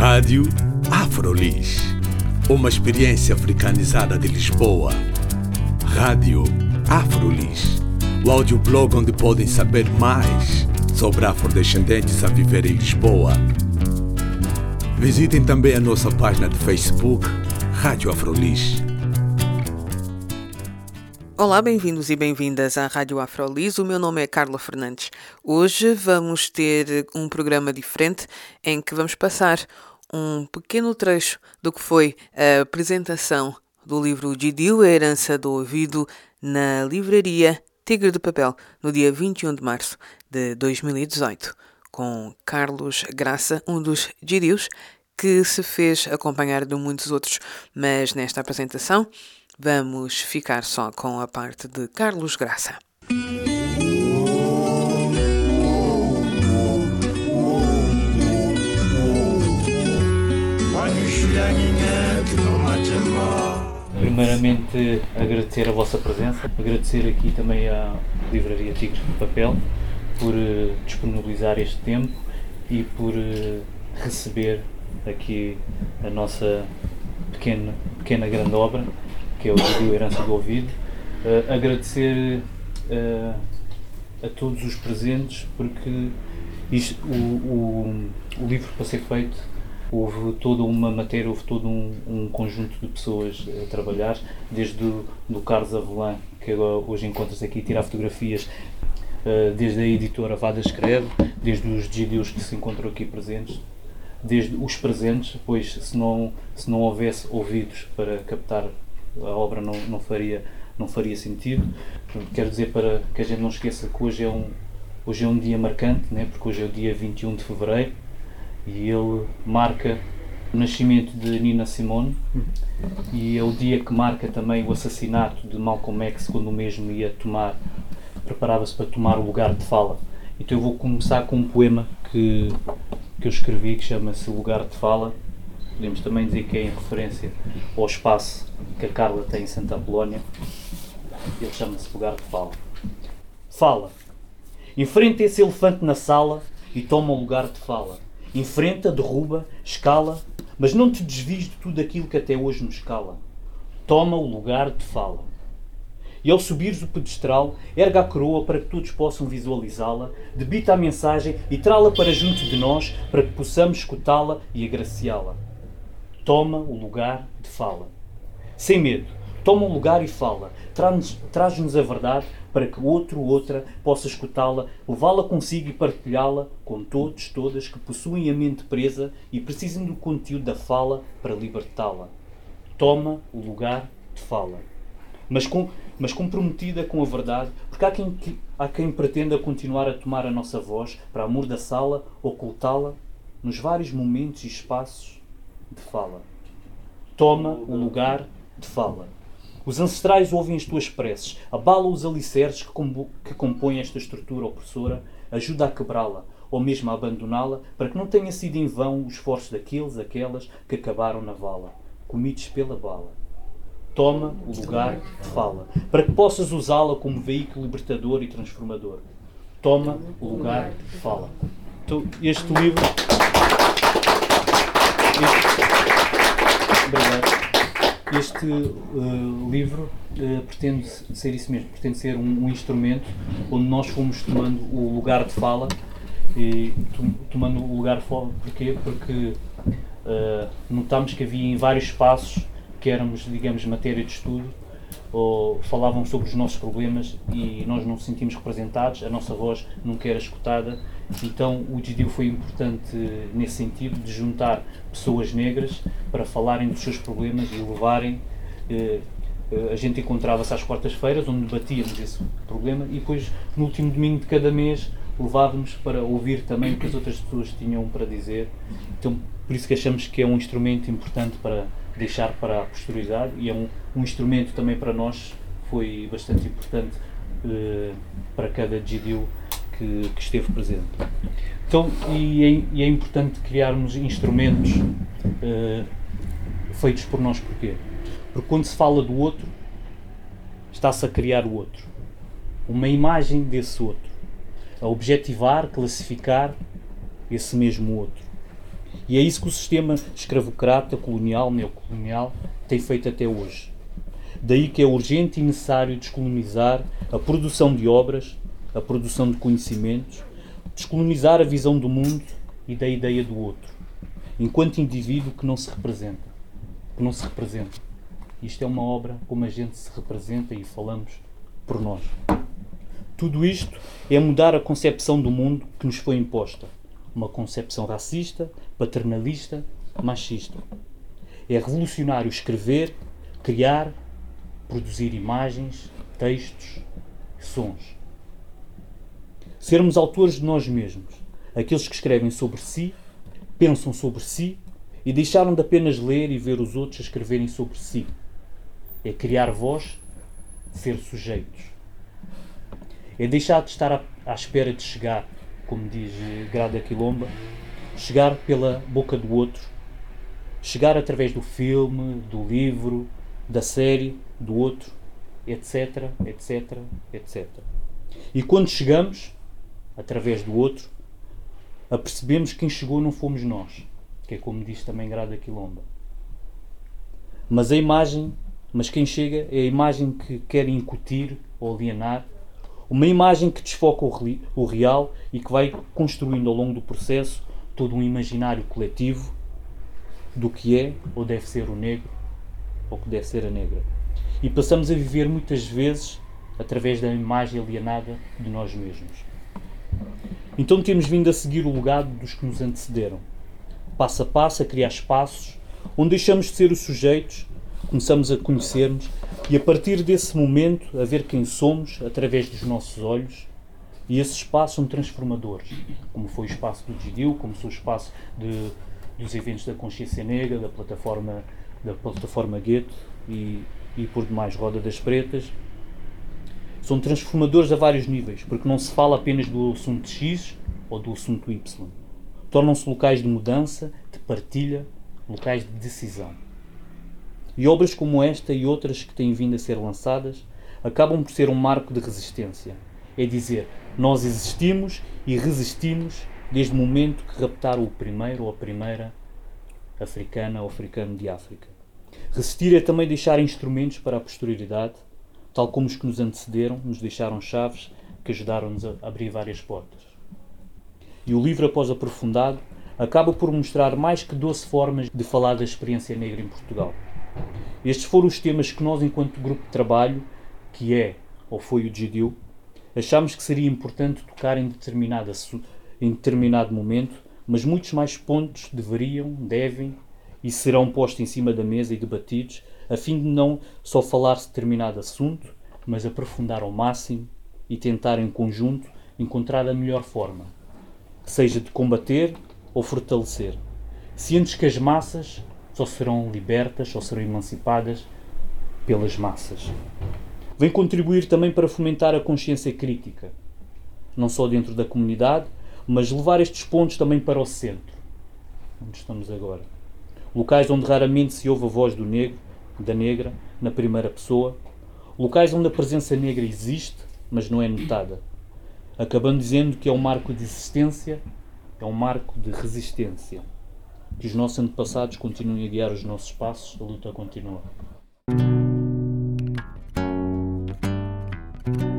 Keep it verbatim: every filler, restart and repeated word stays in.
Rádio Afrolis, uma experiência africanizada de Lisboa. Rádio Afrolis, o audioblog onde podem saber mais sobre afrodescendentes a viver em Lisboa. Visitem também a nossa página de Facebook, Rádio Afrolis. Olá, bem-vindos e bem-vindas à Rádio Afrolis. O meu nome é Carla Fernandes. Hoje vamos ter um programa diferente em que vamos passar um pequeno trecho do que foi a apresentação do livro Djidiu, a Herança do Ouvido, na livraria Tigre de Papel, no dia vinte e um de março de dois mil e dezoito, com Carlos Graça, um dos Djidius, que se fez acompanhar de muitos outros, mas nesta apresentação vamos ficar só com a parte de Carlos Graça. Primeiramente, agradecer a vossa presença, agradecer aqui também à Livraria Tigre de Papel por uh, disponibilizar este tempo e por uh, receber aqui a nossa pequena, pequena grande obra, que é o Djidiu, a Herança do Ouvido. Uh, agradecer uh, a todos os presentes, porque isto, o, o, o livro, para ser feito, houve toda uma matéria, houve todo um, um conjunto de pessoas a trabalhar, desde o do Carlos Avelan, que agora, hoje encontra-se aqui a tirar fotografias, uh, desde a editora Vada Escreve, desde os Djidius que se encontram aqui presentes, desde os presentes, pois se não, se não houvesse ouvidos para captar a obra não, não, faria, não faria sentido. Quero dizer, para que a gente não esqueça que hoje é um, hoje é um dia marcante, né? Porque hoje é o dia vinte e um de fevereiro e ele marca o nascimento de Nina Simone e é o dia que marca também o assassinato de Malcolm X, quando o mesmo ia tomar, preparava-se para tomar o lugar de fala. Então eu vou começar com um poema que, que eu escrevi, que chama-se Lugar de Fala. Podemos também dizer que é em referência ao espaço que a Carla tem em Santa Apolónia. Ele chama-se Lugar de Fala. Fala. Enfrenta esse elefante na sala e toma o lugar de fala. Enfrenta, derruba, escala, mas não te desvies de tudo aquilo que até hoje nos cala. Toma o lugar de fala. E ao subires o pedestral, erga a coroa para que todos possam visualizá-la, debita a mensagem e trá-la para junto de nós, para que possamos escutá-la e agraciá-la. Toma o lugar de fala. Sem medo, toma o lugar e fala. Traz-nos, traz-nos a verdade para que outro ou outra possa escutá-la, levá-la consigo e partilhá-la com todos, todas que possuem a mente presa e precisam do conteúdo da fala para libertá-la. Toma o lugar de fala. Mas, com, mas comprometida com a verdade, porque há quem, há quem pretenda continuar a tomar a nossa voz para amor da sala, ocultá-la nos vários momentos e espaços de fala. Toma o lugar de fala. Os ancestrais ouvem as tuas preces, abala os alicerces que, combo, que compõem esta estrutura opressora, ajuda a quebrá-la, ou mesmo a abandoná-la, para que não tenha sido em vão o esforço daqueles, aquelas que acabaram na vala, comidos pela bala. Toma o lugar de fala, para que possas usá-la como veículo libertador e transformador. Toma o lugar de fala. Então, este livro... Este, este uh, livro uh, pretende ser isso mesmo, pretende ser um, um instrumento onde nós fomos tomando o lugar de fala e to, tomando o lugar de fala, porquê? Porque uh, notámos que havia em vários espaços que éramos, digamos, matéria de estudo ou falavam sobre os nossos problemas e nós não nos sentimos representados, a nossa voz nunca era escutada. Então o Djidiu foi importante nesse sentido, de juntar pessoas negras para falarem dos seus problemas e levarem. Eh, a gente encontrava-se às quartas-feiras, onde debatíamos esse problema, e depois no último domingo de cada mês levávamos para ouvir também o que as outras pessoas tinham para dizer. Então por isso que achamos que é um instrumento importante para deixar para a posterioridade e é um, um instrumento também para nós, foi bastante importante eh, para cada Djidiu que, que esteve presente. Então, e é, e é importante criarmos instrumentos eh, feitos por nós, porquê? Porque quando se fala do outro, está-se a criar o outro, uma imagem desse outro, a objetivar, classificar esse mesmo outro. E é isso que o sistema escravocrata, colonial, neocolonial, tem feito até hoje. Daí que é urgente e necessário descolonizar a produção de obras, a produção de conhecimentos, descolonizar a visão do mundo e da ideia do outro, enquanto indivíduo que não se representa. Que não se representa. Isto é uma obra como a gente se representa e falamos por nós. Tudo isto é mudar a concepção do mundo que nos foi imposta. Uma concepção racista, paternalista, machista. É revolucionário escrever, criar, produzir imagens, textos, sons. Sermos autores de nós mesmos. Aqueles que escrevem sobre si, pensam sobre si e deixaram de apenas ler e ver os outros a escreverem sobre si. É criar voz, ser sujeitos. É deixar de estar à, à espera de chegar, como diz Grada Quilomba, chegar pela boca do outro, chegar através do filme, do livro, da série, do outro, etc, etc, etcétera. E quando chegamos, através do outro, apercebemos que quem chegou não fomos nós, que é como diz também Grada Quilomba. Mas a imagem, mas quem chega é a imagem que quer incutir ou alienar, uma imagem que desfoca o, re, o real e que vai construindo ao longo do processo todo um imaginário coletivo do que é ou deve ser o negro ou que deve ser a negra. E passamos a viver muitas vezes através da imagem alienada de nós mesmos. Então temos vindo a seguir o legado dos que nos antecederam. Passo a passo a criar espaços onde deixamos de ser os sujeitos, começamos a conhecer-nos e a partir desse momento a ver quem somos através dos nossos olhos. E esses espaços são transformadores, como foi o espaço do G D U, como foi o espaço de, dos eventos da Consciência Negra, da plataforma, da plataforma Gueto e, e por demais Roda das Pretas. São transformadores a vários níveis, porque não se fala apenas do assunto X ou do assunto Y. Tornam-se locais de mudança, de partilha, locais de decisão. E obras como esta e outras que têm vindo a ser lançadas acabam por ser um marco de resistência. É dizer, nós existimos e resistimos desde o momento que raptaram o primeiro ou a primeira africana ou africano de África. Resistir é também deixar instrumentos para a posterioridade, tal como os que nos antecederam nos deixaram chaves que ajudaram-nos a abrir várias portas. E o livro, após aprofundado, acaba por mostrar mais que doze formas de falar da experiência negra em Portugal. Estes foram os temas que nós, enquanto grupo de trabalho, que é ou foi o G D U, achámos que seria importante tocar em, determinada, em determinado momento, mas muitos mais pontos deveriam, devem e serão postos em cima da mesa e debatidos, a fim de não só falar-se de determinado assunto, mas aprofundar ao máximo e tentar em conjunto encontrar a melhor forma, seja de combater ou fortalecer, cientes que as massas só serão libertas, só serão emancipadas pelas massas. Vem contribuir também para fomentar a consciência crítica, não só dentro da comunidade, mas levar estes pontos também para o centro, onde estamos agora. Locais onde raramente se ouve a voz do negro, da negra, na primeira pessoa. Locais onde a presença negra existe, mas não é notada. Acabando dizendo que é um marco de existência, é um marco de resistência. Que os nossos antepassados continuem a guiar os nossos passos, a luta continua.